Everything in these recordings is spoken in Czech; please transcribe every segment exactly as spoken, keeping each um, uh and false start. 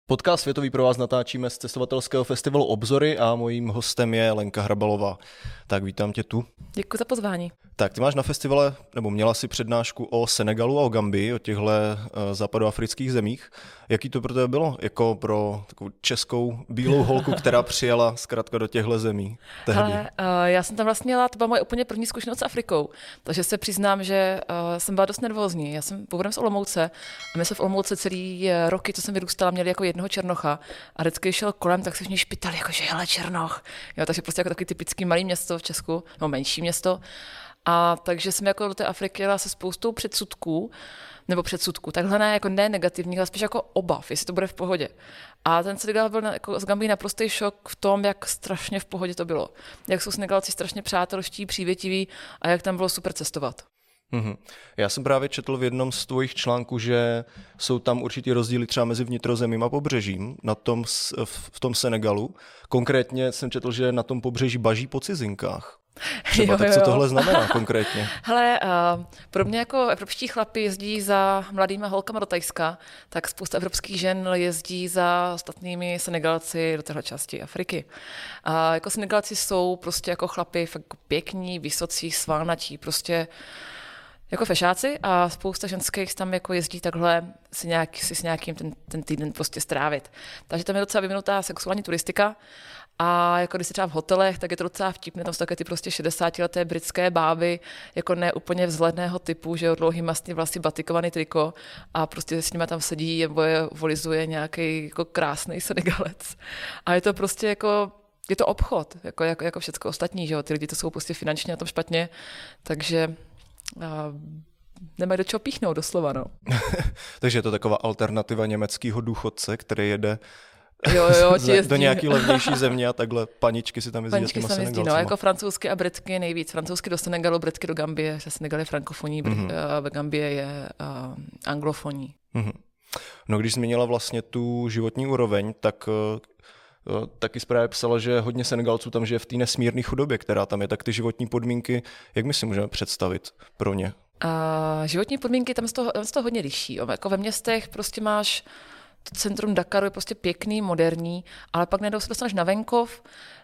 Podcast Světový pro vás natáčíme z cestovatelského festivalu Obzory a mojím hostem je Lenka Hrabalová. Tak vítám tě tu. Děkuji za pozvání. Tak ty máš na festivale, nebo měla si přednášku o Senegalu a o Gambii, o těchto uh, západoafrických zemích. Jaký to pro tebe bylo, jako pro takovou českou bílou holku, která přijela zkrátka do těchto zemí tehdy? Hele, uh, já jsem tam vlastně měla, to byla moje úplně první zkušenost s Afrikou, takže se přiznám, že uh, jsem byla dost nervózní. Já jsem původem z Olomouce a my jsme v Olomouce celý roky, co jsem vyrůstala, měli jako jednoho černocha a vždycky šel kolem, tak se všichni špitali, jako že hele černoch. Jo, takže prostě jako takový typický malý město v Česku, no menší město. A takže jsem jako do té Afriky jela se spoustou předsudků, nebo předsudků, takhle ne, jako ne negativních, ale spíš jako obav, jestli to bude v pohodě. A ten Senegal byl na, jako z Gambii naprostý šok v tom, jak strašně v pohodě to bylo. Jak jsou Senegalci strašně přátelští, přívětiví a jak tam bylo super cestovat. Mm-hmm. Já jsem právě četl v jednom z tvojich článků, že jsou tam určitý rozdíly třeba mezi vnitrozemím a pobřežím na tom, v tom Senegalu. Konkrétně jsem četl, že na tom pobřeží baží po cizinkách. Třeba, jo, tak co jo. tohle znamená konkrétně? Hele, uh, pro mě jako evropští chlapi jezdí za mladýma holkama do Thajska, tak spousta evropských žen jezdí za ostatními Senegalci do téhle části Afriky. A jako Senegalci jsou prostě jako chlapi fakt pěkní, vysocí, svalnatí, prostě jako fešáci a spousta ženských tam jako jezdí takhle si, nějak, si s nějakým ten, ten týden prostě strávit. Takže tam je docela vyvinutá sexuální turistika. A jako když jsi třeba v hotelech, tak je to docela vtipné, tam jsou také ty prostě šedesátileté britské báby, jako ne úplně vzhledného typu, že jo, dlouhý mastný vlasy, batikovaný triko a prostě s nimi tam sedí nebo je volizuje nějaký jako krásný Senegalec. A je to prostě jako, je to obchod, jako, jako, jako všecko ostatní, že jo, ty lidi to jsou prostě finančně na tom špatně, takže a, nemají do čeho píchnout doslova, no. Takže je to taková alternativa německého důchodce, který jede Jo, jo, do nějaký levnější země a takhle paničky si tam jezdí. Paničky si tam jezdí, no, jako francouzsky a britky nejvíc. Francouzsky do Senegalu, britky do Gambie. Senegal je frankofonní, mm-hmm. Gambie je uh, anglofonní. Mm-hmm. No, když změnila vlastně tu životní úroveň, tak uh, taky zprávě psala, že hodně Senegalců tam žije v té nesmírné chudobě, která tam je. Tak ty životní podmínky, jak my si můžeme představit pro ně? Uh, životní podmínky tam z toho, tam z toho hodně liší. Jako ve městech prostě máš to centrum Dakaru je prostě pěkný, moderní, ale pak najednou se dostaneš na venkov,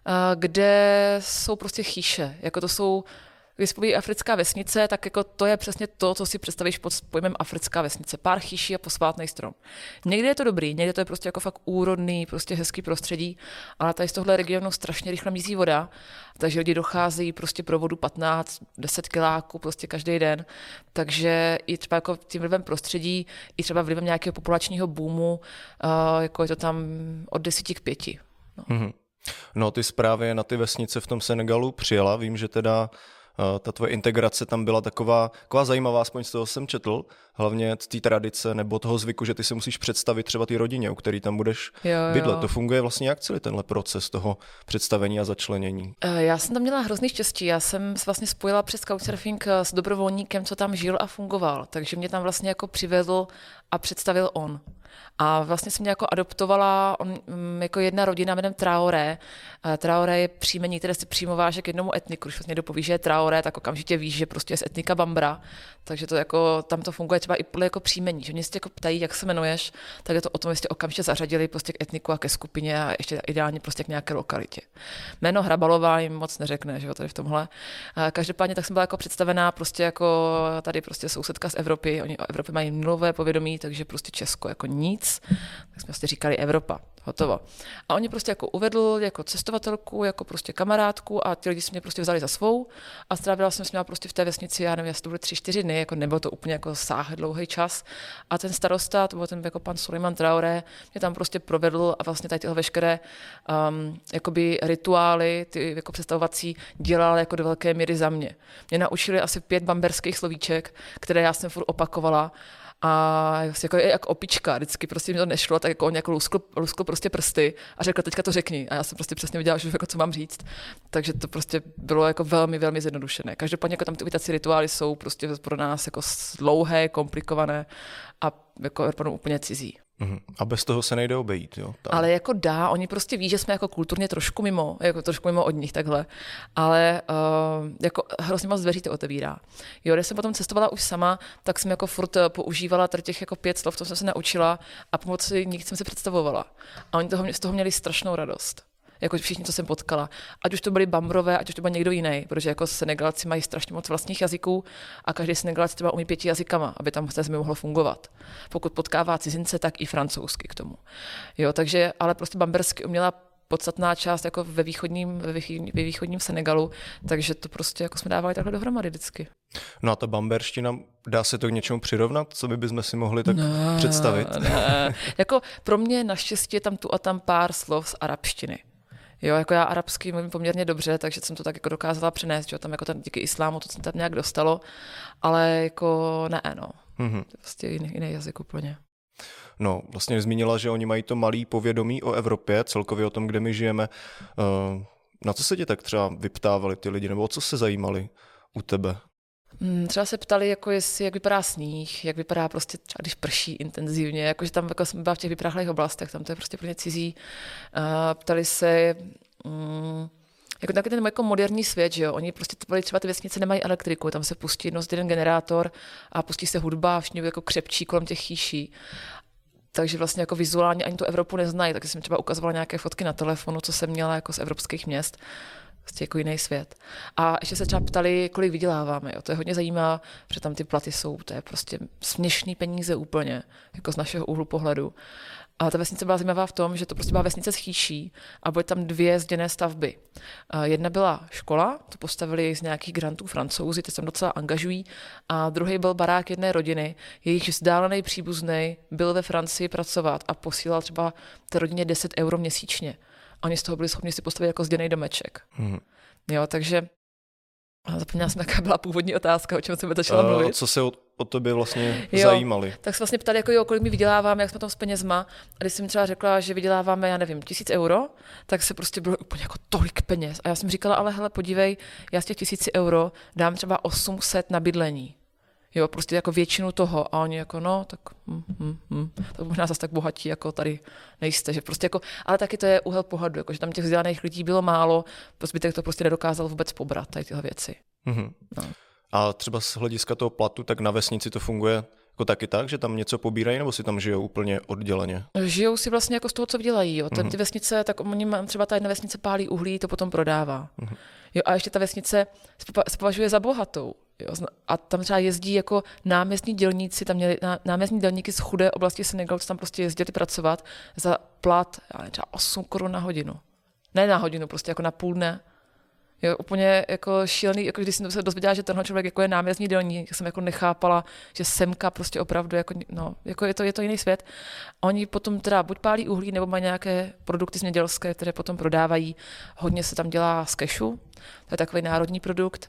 kde jsou prostě chýše. Jako to jsou, když se poví africká vesnice, tak jako to je přesně to, co si představíš pod pojmem africká vesnice. Pár chýší a posvátný strom. Někdy je to dobrý, někdy to je prostě jako fakt úrodný, prostě hezký prostředí, ale tady z tohle regionu strašně rychle mizí voda, takže lidi docházejí prostě pro vodu patnáct deset kiláků prostě každý den. Takže i třeba jako tím vlivem prostředí, i třeba vlivem nějakého populačního boomu, uh, jako je to tam od deseti k pěti. No. Mm-hmm. No ty zprávy na ty vesnice v tom Senegalu přijela, vím, že teda ta tvoje integrace tam byla taková, taková zajímavá, aspoň z toho jsem četl, hlavně z té tradice nebo toho zvyku, že ty se musíš představit třeba té rodině, u který tam budeš jo, bydlet. Jo. To funguje vlastně jak celý tenhle proces toho představení a začlenění? Já jsem tam měla hrozný štěstí. Já jsem se vlastně spojila přes Couchsurfing s dobrovolníkem, co tam žil a fungoval. Takže mě tam vlastně jako přivedl a představil on. A vlastně jsem mě jako adoptovala on, jako jedna rodina jménem Traoré. Traoré je příjmení, které se přímo váže k jednomu etniku. Když vlastně dopoví, že je Traoré, tak okamžitě víš, že prostě je z etnika Bambara. Takže to jako, tam to funguje třeba i podle jako příjmení. Že mě se jako ptají, jak se jmenuješ, tak je to o tom, jestli okamžitě zařadili prostě k etniku a ke skupině a ještě ideálně prostě k nějaké lokalitě. Jméno Hrabalová jim moc neřekne, že jo, tady v tomhle. Každopádně tak jsem byla jako představená prostě jako tady prostě sousedka z Evropy. Oni o Evropě mají nulové povědomí, takže prostě Česko jako nic. Tak jsme prostě říkali Evropa, hotovo. A oni prostě jako uvedl jako cestovatelku, jako prostě kamarádku a ti lidi si mě prostě vzali za svou a strávila jsem s nimi prostě v té vesnici, já nevím, jestli to byly tři, čtyři dny, jako nebylo to úplně jako sáh dlouhý čas. A ten starosta, to byl ten jako pan Suleiman Traoré, mě tam prostě provedl a vlastně tady tyhle veškeré um, jakoby rituály, ty jako představovací, dělal jako do velké míry za mě. Mě naučili asi pět bamberských slovíček, které já jsem furt opakovala. A jako, jako opička, vždycky prostě mi to nešlo, tak jako on jako luskl, luskl prostě prsty a řekl, teďka to řekni. A já jsem prostě přesně věděla, že jako co mám říct. Takže to prostě bylo jako velmi, velmi zjednodušené. Každopádně jako tam ty uvítací rituály jsou prostě pro nás jako dlouhé, komplikované a jako úplně cizí. Uhum. A bez toho se nejde obejít, jo? Tam. Ale jako dá, oni prostě ví, že jsme jako kulturně trošku mimo, jako trošku mimo od nich takhle, ale uh, jako hrozně moc dveří to otevírá. Jo, když jsem potom cestovala už sama, tak jsem jako furt používala tady těch jako pět slov, to jsem se naučila a pomocí nich jsem se představovala. A oni toho, z toho měli strašnou radost. Jako všichni, co jsem potkala. Ať už to byli Bambrové, ať už to byl někdo jiný, protože jako Senegalci mají strašně moc vlastních jazyků a každý Senegalec třeba umí pěti jazykama, aby tam v té zemi mohlo fungovat. Pokud potkává cizince, tak i francouzsky k tomu. Jo, takže, ale prostě bambersky uměla podstatná část jako ve východním, ve východním, ve východním Senegalu, takže to prostě jako jsme dávali takhle dohromady vždycky. No a ta bamberština, dá se to k něčemu přirovnat? Co by bychom si mohli tak ne, představit? Ne. Jako pro mě naštěstí je tam tu a tam pár slov z arabštiny. Jo, jako já arabský mluvím poměrně dobře, takže jsem to tak jako dokázala přenést, že tam jako tam díky islámu to se tam nějak dostalo, ale jako ne, no. Mm-hmm. To je prostě jiný, jiný jazyk úplně. No, vlastně zmínila, že oni mají to malý povědomí o Evropě, celkově o tom, kde my žijeme. Na co se tě tak třeba vyptávali ty lidi, nebo o co se zajímali u tebe? Třeba se ptali, jako jestli, jak vypadá sníh, jak vypadá prostě třeba, když prší intenzivně, jakože tam jako jsem byla v těch vypráchlých oblastech, tam to je prostě úplně cizí. Ptali se, um, jako taky ten jako moderní svět, že jo, oni prostě třeba ty vesnice nemají elektriku, tam se pustí jedno z jeden generátor a pustí se hudba a všichni jako křepčí kolem těch chýší. Takže vlastně jako vizuálně ani tu Evropu neznají, takže jsem třeba ukazovala nějaké fotky na telefonu, co jsem měla jako z evropských měst. Prostě jako jiný svět. A ještě se třeba ptali, kolik vyděláváme. Jo. To je hodně zajímavé, protože tam ty platy jsou, to je prostě směšný peníze úplně, jako z našeho úhlu pohledu. A ta vesnice byla zajímavá v tom, že to prostě byla vesnice s chýší a byly tam dvě zděné stavby. Jedna byla škola, to postavili z nějakých grantů Francouzi, ty se tam docela angažují, a druhý byl barák jedné rodiny, jejich vzdálený příbuzný byl ve Francii pracovat a posílal třeba té rodině deset euro měsíčně. Oni z toho byli schopni si postavit jako zděnej domeček. Hmm. Jo, takže zapomněla jsem, jaká byla původní otázka, o čem jsem začala uh, mluvit. Co se o, o tobě vlastně jo, zajímali? Tak se vlastně ptali, jako jo, kolik mi vyděláváme, jak jsme tam s penězma. A když jsem třeba řekla, že vyděláváme, já nevím, tisíc euro, tak se prostě bylo úplně jako tolik peněz. A já jsem říkala, ale hele, podívej, já z těch tisíci euro dám třeba osm set na bydlení. Jo, prostě jako většinu toho. A oni jako, no, tak, hm, hm, hm, tak možná zase tak bohatí, jako tady nejste. Že prostě jako, ale taky to je úhel pohledu, jako, že tam těch vzdělaných lidí bylo málo, zbytek to prostě nedokázal vůbec pobrat, tady tyhle věci. Mm-hmm. No. A třeba z hlediska toho platu, tak na vesnici to funguje jako taky tak, že tam něco pobírají, nebo si tam žijou úplně odděleně? Žijou si vlastně jako z toho, co vydělají. Jo. Mm-hmm. Ty vesnice, tak oni třeba ta jedna vesnice pálí uhlí, to potom prodává. Mm-hmm. Jo, a ještě ta vesnice se považuje za bohatou. Jo, a tam třeba jezdí jako náměstní dělníci, tam měli náměstní dělníky z chudé oblasti Senegalu, co tam prostě jezdili pracovat za plat, já nevím, třeba osm korun na hodinu. Ne na hodinu, prostě jako na půl dne. Jo, úplně jako šílený, jako když jsem se dozvěděla, že tenhle člověk jako je náměstní dělník, jsem jako nechápala, že semka prostě opravdu, jako, no, jako je, to, je to jiný svět. Oni potom teda buď pálí uhlí, nebo mají nějaké produkty zemědělské, které potom prodávají. Hodně se tam dělá z kešu, to je takový národní produkt.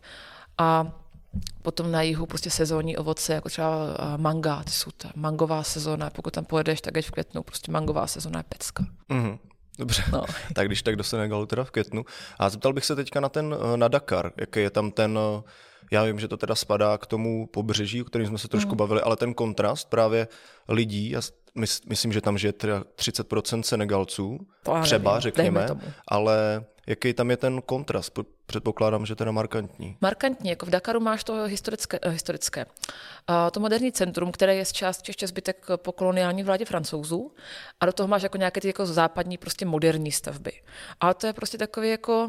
A potom na jihu prostě sezónní ovoce, jako třeba manga, to jsou ta mangová sezóna, pokud tam pojedeš, tak ať v květnu, prostě mangová sezóna je pecka. Mm-hmm. Dobře, no. Tak když tak do Senegalu teda v květnu. A zeptal bych se teďka na ten, na Dakar, jaký je tam ten, já vím, že to teda spadá k tomu pobřeží, o kterém jsme se trošku mm. bavili, ale ten kontrast právě lidí, já myslím, že tam žije třicet procent Senegalců, to třeba nevím, řekněme, ale jaký tam je ten kontrast? Předpokládám, že teda markantní. Markantní, jako v Dakaru máš to historické. historické. Uh, to moderní centrum, které je z části ještě zbytek po koloniální vládě Francouzů, a do toho máš jako nějaké ty jako západní prostě moderní stavby. Ale to je prostě takový jako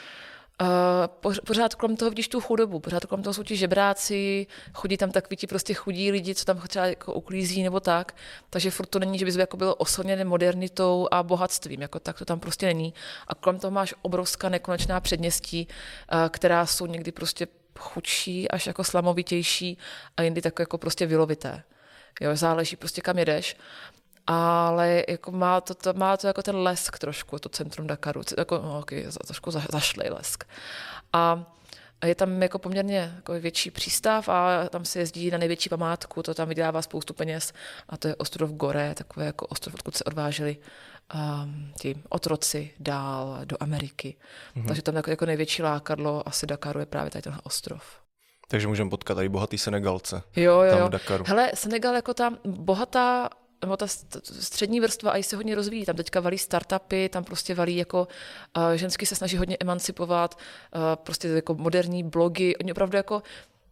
Uh, pořád kolem toho vidíš tu chudobu, pořád kolem toho jsou ti žebráci, chodí tam takový ti prostě chudí lidi, co tam třeba jako uklízí nebo tak, takže furt to není, že bys jako bylo oslněné modernitou a bohatstvím, jako tak to tam prostě není. A kolem toho máš obrovská nekonečná předměstí, uh, která jsou někdy prostě chudší až jako slamovitější a jindy tak jako prostě vylovité. Jo, záleží prostě kam jedeš. Ale jako má, to, to, má to jako ten lesk trošku, to centrum Dakaru, jako, no, okay, za, trošku za, zašlej lesk. A je tam jako poměrně jako větší přístav a tam se jezdí na největší památku, to tam vydává spoustu peněz a to je ostrov Gorée, takový jako ostrov, odkud se odváželi um, ti otroci dál do Ameriky. Mhm. Takže tam jako, jako největší lákadlo asi Dakaru je právě tady tenhle ostrov. Takže můžeme potkat tady bohatý Senegalce. Jo, jo, tam jo. v Dakaru. Hele, Senegal jako ta bohatá nebo ta střední vrstva i se hodně rozvíjí. Tam teďka valí startupy, tam prostě valí jako uh, žensky se snaží hodně emancipovat, uh, prostě jako moderní blogy. Oni opravdu jako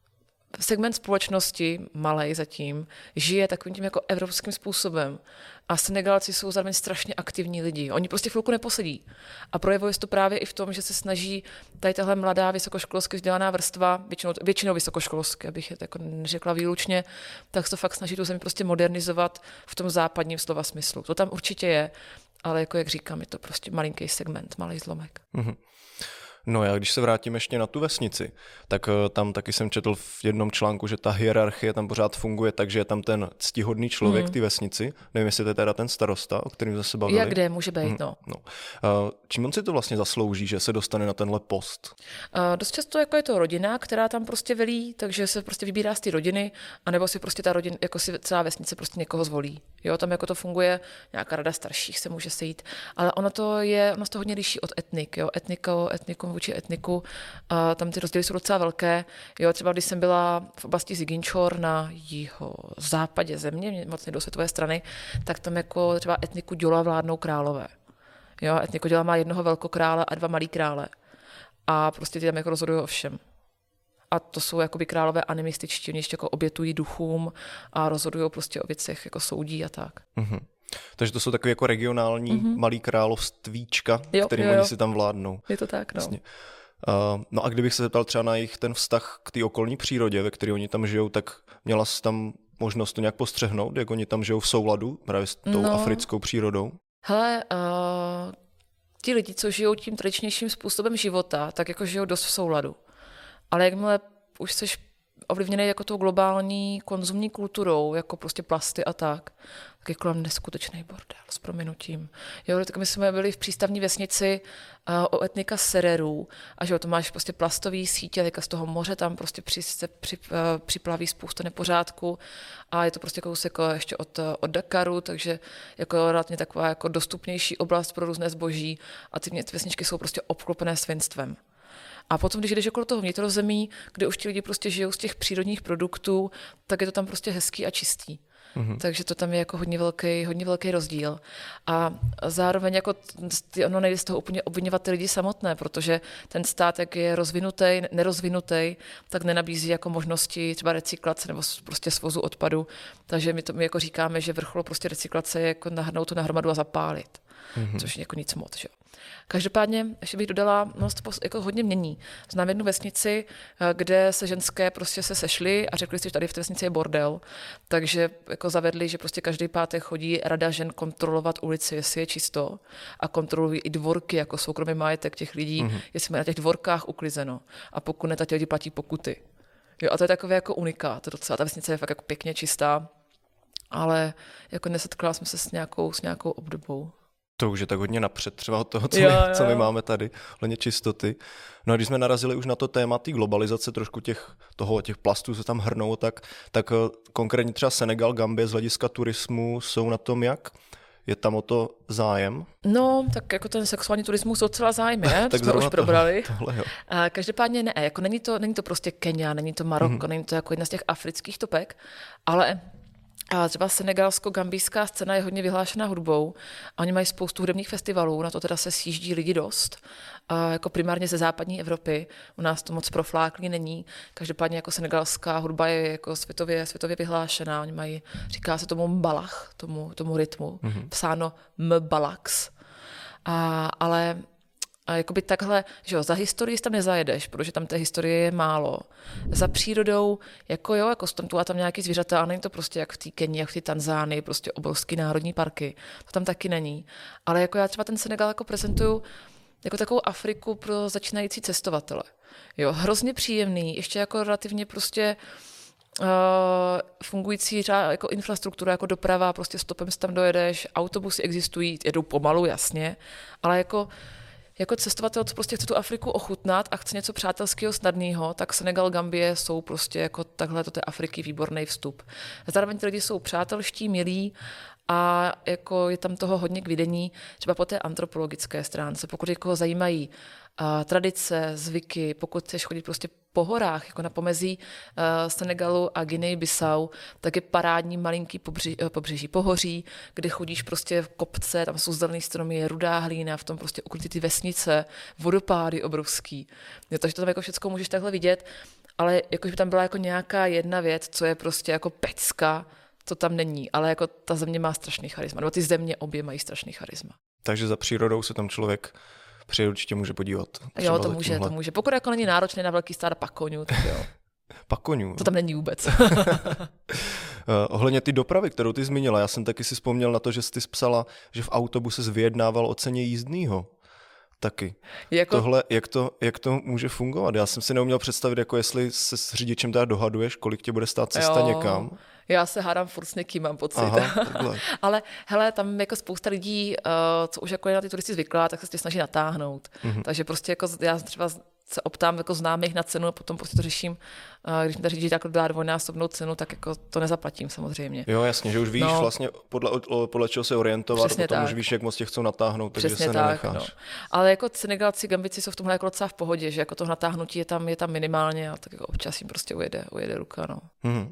segment společnosti, malej zatím, žije takovým tím jako evropským způsobem. A Senegalci jsou zároveň strašně aktivní lidi. Oni prostě chvilku neposedí. A projevuje se to právě i v tom, že se snaží tady tahle mladá vysokoškolsky vzdělaná vrstva, většinou, většinou vysokoškolsky, abych je jako neřekla výlučně, tak se to fakt snaží tu zemi prostě modernizovat v tom západním slova smyslu. To tam určitě je, ale jako jak říkám, je to prostě malinký segment, malý zlomek. Mm-hmm. No já když se vrátím ještě na tu vesnici, tak uh, tam taky jsem četl v jednom článku, že ta hierarchie tam pořád funguje, takže je tam ten ctihodný člověk v mm. té vesnici. Nevím, jestli to je teda ten starosta, o kterém jsme se bavili. Jak kde může být, mm. no. no. Uh, čím on si to vlastně zaslouží, že se dostane na tenhle post? Uh, dost často jako je to rodina, která tam prostě velí, takže se prostě vybírá z té rodiny, anebo si prostě ta rodina, jako si celá vesnice prostě někoho zvolí. Jo, tam jako to funguje, nějaká rada starších se může sejít, ale ono to je, ono se to hodně liší od etnik, jo, etniko, etnikum vůči etniku, a tam ty rozdíly jsou docela velké, jo, třeba když jsem byla v oblasti Ziguinchor na jiho západě země, moc do světové strany, tak tam jako třeba etniku Diola vládnou králové, jo, etniku Diola má jednoho velkokrále a dva malý krále a prostě ty tam jako rozhodují o všem. A to jsou jakoby králové animističtí, oni ještě jako obětují duchům a rozhodují prostě o věcech, jako soudí a tak. Mm-hmm. Takže to jsou takový jako regionální mm-hmm. malý královstvíčka, jo, kterým jo, jo. oni si tam vládnou. Je to tak, no. Vlastně. Uh, no a kdybych se zeptal třeba na jejich ten vztah k té okolní přírodě, ve které oni tam žijou, tak měla jsi tam možnost to nějak postřehnout, jak oni tam žijou v souladu právě s tou no. africkou přírodou? Hele, uh, ti lidi, co žijou tím tradičnějším způsobem života, tak jako žijou dost v souladu. Ale jakmile už jsi ovlivněný jako tou globální konzumní kulturou, jako prostě plasty a tak, tak je kolem neskutečný bordel s prominutím. Jo, tak my jsme byli v přístavní vesnici uh, o etnika Sererů a že jo, to máš prostě plastový sítě, teďka z toho moře tam prostě při, se při, uh, připlaví spousta nepořádku a je to prostě kousek ještě od, od Dakaru, takže jako relativně taková jako dostupnější oblast pro různé zboží a ty vesničky jsou prostě obklopené svinstvem. A potom, když jdeš okolo toho vnitrozemí, kde už ti lidi prostě žijou z těch přírodních produktů, tak je to tam prostě hezký a čistý. Mm-hmm. Takže to tam je jako hodně velký, hodně velký rozdíl. A zároveň jako ono nejde z toho úplně obvinovat ty lidi samotné, protože ten stát, jak je rozvinutý, nerozvinutý, tak nenabízí jako možnosti třeba recyklace nebo prostě svozu odpadu. Takže my to my jako říkáme, že vrchol prostě recyklace je jako nahrnout to na hromadu a zapálit. Mm-hmm. Což je jako nic moc, že? Každopádně, ještě bych dodala, no to jako hodně mění. Znám jednu vesnici, kde se ženské prostě se sešly a řekli si, že tady v té vesnici je bordel, takže jako zavedli, že prostě každý pátek chodí rada žen kontrolovat ulici, jestli je čisto a kontrolují i dvorky jako soukromý majetek těch lidí, mm-hmm. jestli mají na těch dvorkách uklizeno a pokud ne, tak ti lidi platí pokuty. Jo, a to je takové jako unikát, to docela, ta vesnice je fakt jako pěkně čistá, ale jako nesetkala jsme se s nějakou, s nějakou obdobou. To už je tak hodně napřed třeba od toho, co, jo, my, jo. co my máme tady, hledně čistoty. No a když jsme narazili už na to téma té globalizace, trošku těch, toho, těch plastů se tam hrnou, tak, tak konkrétně třeba Senegal, Gambie z hlediska turismu jsou na tom jak? Je tam o to zájem? No, tak jako ten sexuální turismus docela zájem je, to jsme už probrali. Tohle, jo. Každopádně ne, jako není to, není to prostě Kenia, není to Maroko, mm-hmm. není to jako jedna z těch afrických topek, ale a třeba senegalsko-gambijská scéna je hodně vyhlášená hudbou a oni mají spoustu hudebních festivalů, na to teda se sjíždí lidi dost, a jako primárně ze západní Evropy, u nás to moc profláklý není, každopádně jako senegalská hudba je jako světově, světově vyhlášená, oni mají, říká se tomu mbalach, tomu, tomu rytmu, mm-hmm. psáno mbalax, a, ale a jakoby takhle, že jo, za historii tam nezajedeš, protože tam té historie je málo. Za přírodou, jako jo, jako tam tu a tam nějaký zvířata, a není to prostě jak v té Kenii, jak v té Tanzánii, prostě obrovský národní parky. To tam taky není. Ale jako já třeba ten Senegal jako prezentuju jako takovou Afriku pro začínající cestovatele. Jo, hrozně příjemný, ještě jako relativně prostě Uh, fungující řád, jako infrastruktura, jako doprava, prostě stopem si tam dojedeš, autobusy existují, jedou pomalu, jasně, ale jako Jako cestovatel, co prostě chce tu Afriku ochutnat a chce něco přátelského, snadného, tak Senegal, Gambie jsou prostě jako takhle do té Afriky výborný vstup. Zároveň ty lidi jsou přátelští, milí a jako je tam toho hodně k vidění, třeba po té antropologické stránce. Pokud někoho zajímají uh, tradice, zvyky, pokud chceš chodit prostě pohorách, jako na pomezí uh, Senegalu a Guinea-Bissau, tak je parádní malinký pobři, uh, pobřeží pohoří, kde chodíš prostě v kopce, tam jsou zelený stromy, je rudá hlína, v tom prostě ukrytý ty vesnice, vodopády obrovský. Jo, takže to tam jako všechno můžeš takhle vidět, ale jakože by tam byla jako nějaká jedna věc, co je prostě jako pecka, to tam není, ale jako ta země má strašný charisma, nebo ty země obě mají strašný charisma. Takže za přírodou se tam člověk přijde určitě může podívat. Jo, to může, to může. Pokud jako není náročný na velký stáda pakoňů, tak jo. Pakoňů? To tam není vůbec. uh, ohledně ty dopravy, kterou ty zmínila, já jsem taky si vzpomněl na to, že jsi psala, že v autobuse jsi vyjednával o ceně jízdnýho. Taky. Jako... Tohle, jak to, jak to může fungovat? Já jsem si neuměl představit, jako jestli se s řidičem teda dohaduješ, kolik tě bude stát cesta jo. někam. Já se hádám furt s někým, mám pocit. Aha, ale hele, tam jako spousta lidí, uh, co už jako je na ty turisty zvyklá, tak se tě snaží natáhnout. Mm-hmm. Takže prostě jako já třeba se optám jako známých na cenu a potom prostě to řeším, uh, když mi ta řidič jako dá dvojnásobnou cenu, tak jako to nezaplatím samozřejmě. Jo, jasně, že už víš no, vlastně podle, podle čeho se orientovat, a potom tak. Už víš, jak moc tě chcou natáhnout, takže se tak, nenecháš. No. Ale jako Senegalci, Gambici jsou v tomhle jako docela v pohodě, že jako to natáhnutí je tam, je tam minimálně, ale tak jako občas jim prostě ujede, ujede ruka. No. Mm-hmm.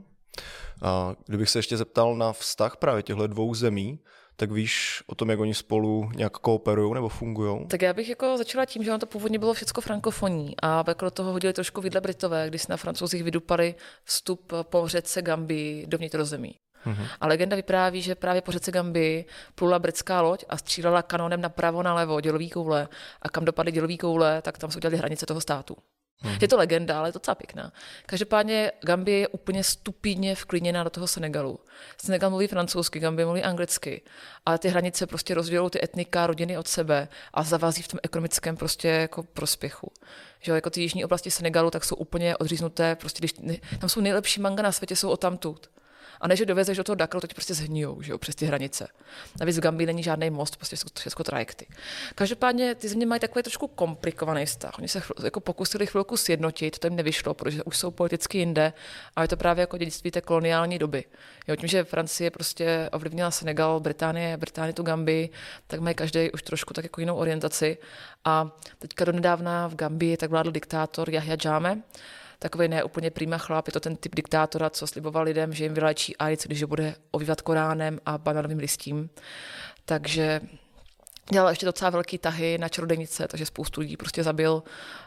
A kdybych se ještě zeptal na vztah právě těchto dvou zemí, tak víš o tom, jak oni spolu nějak kooperují nebo fungují? Tak já bych jako začala tím, že ono to původně bylo všechno frankofonní a jako do toho hodili trošku vidle Britové, když si na Francouzích vydupali vstup po řece Gambii do vnitrozemí. Mm-hmm. A legenda vypráví, že právě po řece Gambii plula britská loď a střílela kanonem napravo, nalevo, dělový koule a kam dopadly dělový koule, tak tam se udělaly hranice toho státu. Hmm. Je to legenda, ale je to docela pěkná. Každopádně Gambie je úplně stupidně vklíněná do toho Senegalu. Senegal mluví francouzsky, Gambie mluví anglicky, ale ty hranice prostě rozdělují ty etnika, rodiny od sebe a zavazí v tom ekonomickém prostě jako prospěchu. Že jako ty jižní oblasti Senegalu tak jsou úplně odříznuté, prostě když tam jsou nejlepší manga na světě, jsou odtamtud. A než je dovezeš do toho Dakaru, to ti prostě zhnijou, že jo, přes ty hranice. Navíc v Gambii není žádný most, prostě jsou to všechno trajekty. Každopádně ty země mají takový trošku komplikovaný vztah. Oni se jako pokusili chvilku sjednotit, to jim nevyšlo, protože už jsou politicky jinde, a je to právě jako dědictví té koloniální doby. Jo, tím, že Francie prostě ovlivnila Senegal, Británie, Británie tu Gambii, tak mají každý už trošku tak jako jinou orientaci. A teďka donedávna v Gambii tak vládl diktátor Yahya Jammeh, takový ne úplně prima chlap, je to ten typ diktátora, co sliboval lidem, že jim vylečí AIDS, když je bude ovývat Koránem a bananovým listím. Takže dělal ještě docela velký tahy na čarodějnice, takže spoustu lidí prostě zabil.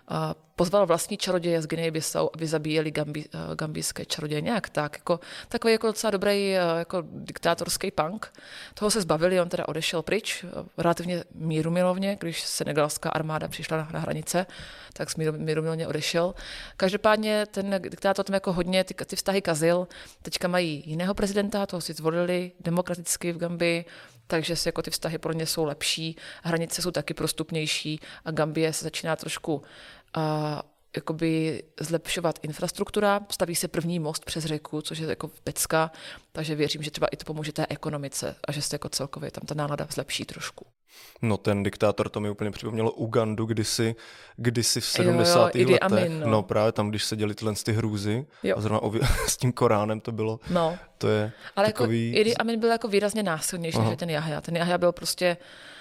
Pozval vlastní čaroděje z Guinea-Bissau, aby zabíjeli gambi, gambijské čaroděje. Nějak tak. Jako, takový jako docela dobrý jako diktátorský punk. Toho se zbavili, on teda odešel pryč, relativně mírumilovně, když senegalská armáda přišla na, na hranice, tak mírumilovně odešel. Každopádně ten diktátor tam jako hodně ty, ty vztahy kazil. Teďka mají jiného prezidenta, toho si zvolili demokraticky v Gambii, takže se jako ty vztahy pro ně jsou lepší, hranice jsou taky prostupnější a Gambie se začíná trošku a, jakoby zlepšovat infrastruktura. Staví se první most přes řeku, což je jako pecka, takže věřím, že třeba i to pomůže té ekonomice a že se jako celkově tam ta nálada zlepší trošku. No ten diktátor, to mi úplně připomnělo Ugandu kdysi, kdysi v sedmdesátých jo, jo, letech. Amin, no. no právě tam, když se děli tyhle ty hrůzy jo. a zrovna ově- s tím Koránem to bylo, no. to je ale takový... jako Idi Amin byl jako výrazně násilnější než ten Yahya. Ten Yahya byl prostě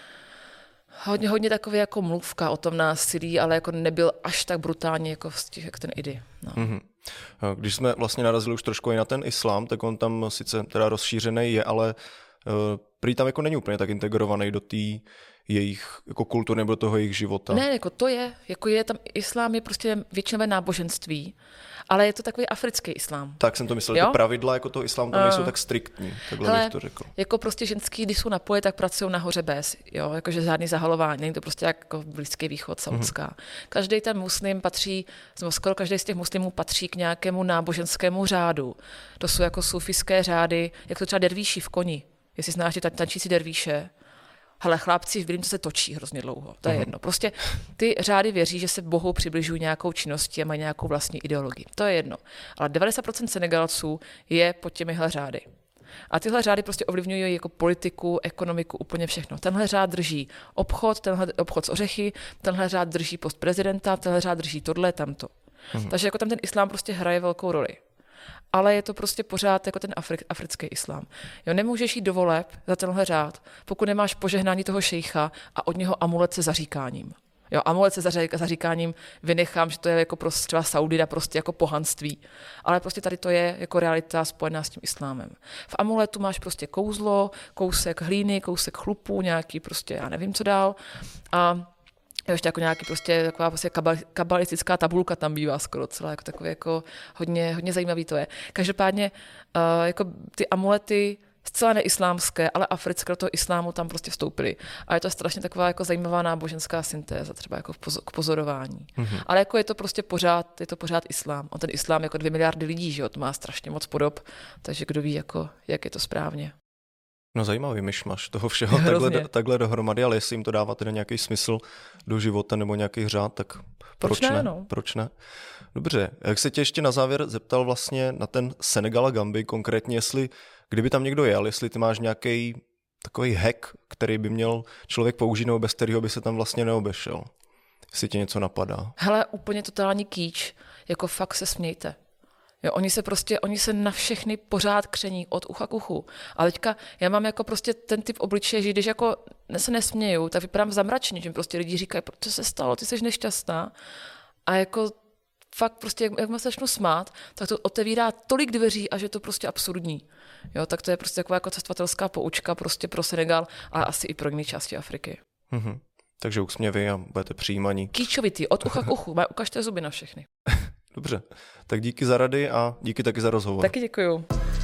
hodně, hodně takový jako mluvka o tom násilí, ale jako nebyl až tak brutální jako, jak ten Idi. No. Mm-hmm. Když jsme vlastně narazili už trošku i na ten islám, tak on tam sice teda rozšířený je, ale uh, prý tam jako není úplně tak integrovaný do té jejich jako kultury nebo do toho jejich života. Ne, jako to je, jako je tam islám je prostě většinové náboženství, ale je to takový africký islám. Tak jsem to myslel, jo? ty pravidla jako toho islámu tam nejsou uh, tak striktní, takhle hele, bych to řekl. Jako prostě ženský, když jsou na poje, tak pracují nahoře bez, jo, jakože žádný zahalování, není to prostě jako Blízký východ, Saudská. Mm-hmm. Každý ten muslim patří, skoro každý z těch muslimů patří k nějakému náboženskému řádu. To jsou jako sufijské řády, jak to třeba dervíši v koni, jestli znáš ty tančící dervíše. Hele, chlapci, vidím, co se točí hrozně dlouho, to je uh-huh. jedno. Prostě ty řády věří, že se Bohu přibližují nějakou činností a mají nějakou vlastní ideologii. To je jedno. Ale devadesát procent Senegalců je pod těmihle řády. A tyhle řády prostě ovlivňují jako politiku, ekonomiku, úplně všechno. Tenhle řád drží obchod, tenhle obchod s ořechy, tenhle řád drží post prezidenta, tenhle řád drží tohle, tamto. Uh-huh. Takže jako tam ten islám prostě hraje velkou roli. Ale je to prostě pořád jako ten Afri- africký islám. Jo, nemůžeš jít do voleb za tenhle řád, pokud nemáš požehnání toho šejcha a od něho amulet se zaříkáním. Jo, amulet se zaříkáním vynechám, že to je jako prostě třeba Saudida, prostě jako pohanství. Ale prostě tady to je jako realita spojená s tím islámem. V amuletu máš prostě kouzlo, kousek hlíny, kousek chlupu, nějaký prostě, já nevím, co dál. A ještě jako nějaký prostě taková prostě kabalistická tabulka tam bývá skoro celá, jako takové jako hodně, hodně zajímavý to je. Každopádně uh, jako ty amulety zcela neislámské, ale africké do toho islámu tam prostě vstoupily. A je to strašně taková jako zajímavá náboženská syntéza, třeba jako k pozorování. Mm-hmm. Ale jako je to prostě pořád, je to pořád islám. On ten islám jako dvě miliardy lidí, že jo, to má strašně moc podob, takže kdo ví, jako, jak je to správně. No zajímavý myšmaš toho všeho takhle, takhle dohromady, ale jestli jim to dává teda nějaký smysl do života nebo nějaký řád, tak proč, proč ne? ne? No? Proč ne? Dobře, jak se tě ještě na závěr zeptal vlastně na ten Senegal a Gambii, konkrétně jestli, kdyby tam někdo jel, jestli ty máš nějaký takový hack, který by měl člověk použít nebo bez kterého by se tam vlastně neobešel. Jestli tě něco napadá. Hele, úplně totální kýč, jako fakt se smějte. Jo, oni se prostě, oni se na všechny pořád kření od ucha k uchu. A teďka já mám jako prostě ten typ obličeje, že když jako se nesměju, tak vypadám zamračeně, že prostě lidi říkají, co se stalo, ty jsi nešťastná. A jako fakt prostě, jak, jak se začnu smát, tak to otevírá tolik dveří a že je to prostě absurdní. Jo, tak to je prostě taková jako cestovatelská poučka prostě pro Senegal, ale asi i pro jiné části Afriky. Mm-hmm. Takže úsměvy a budete přijímaní. Kýčovitý, od ucha k uchu, ukažte zuby na všechny. Dobře, tak díky za rady a díky taky za rozhovor. Taky děkuju.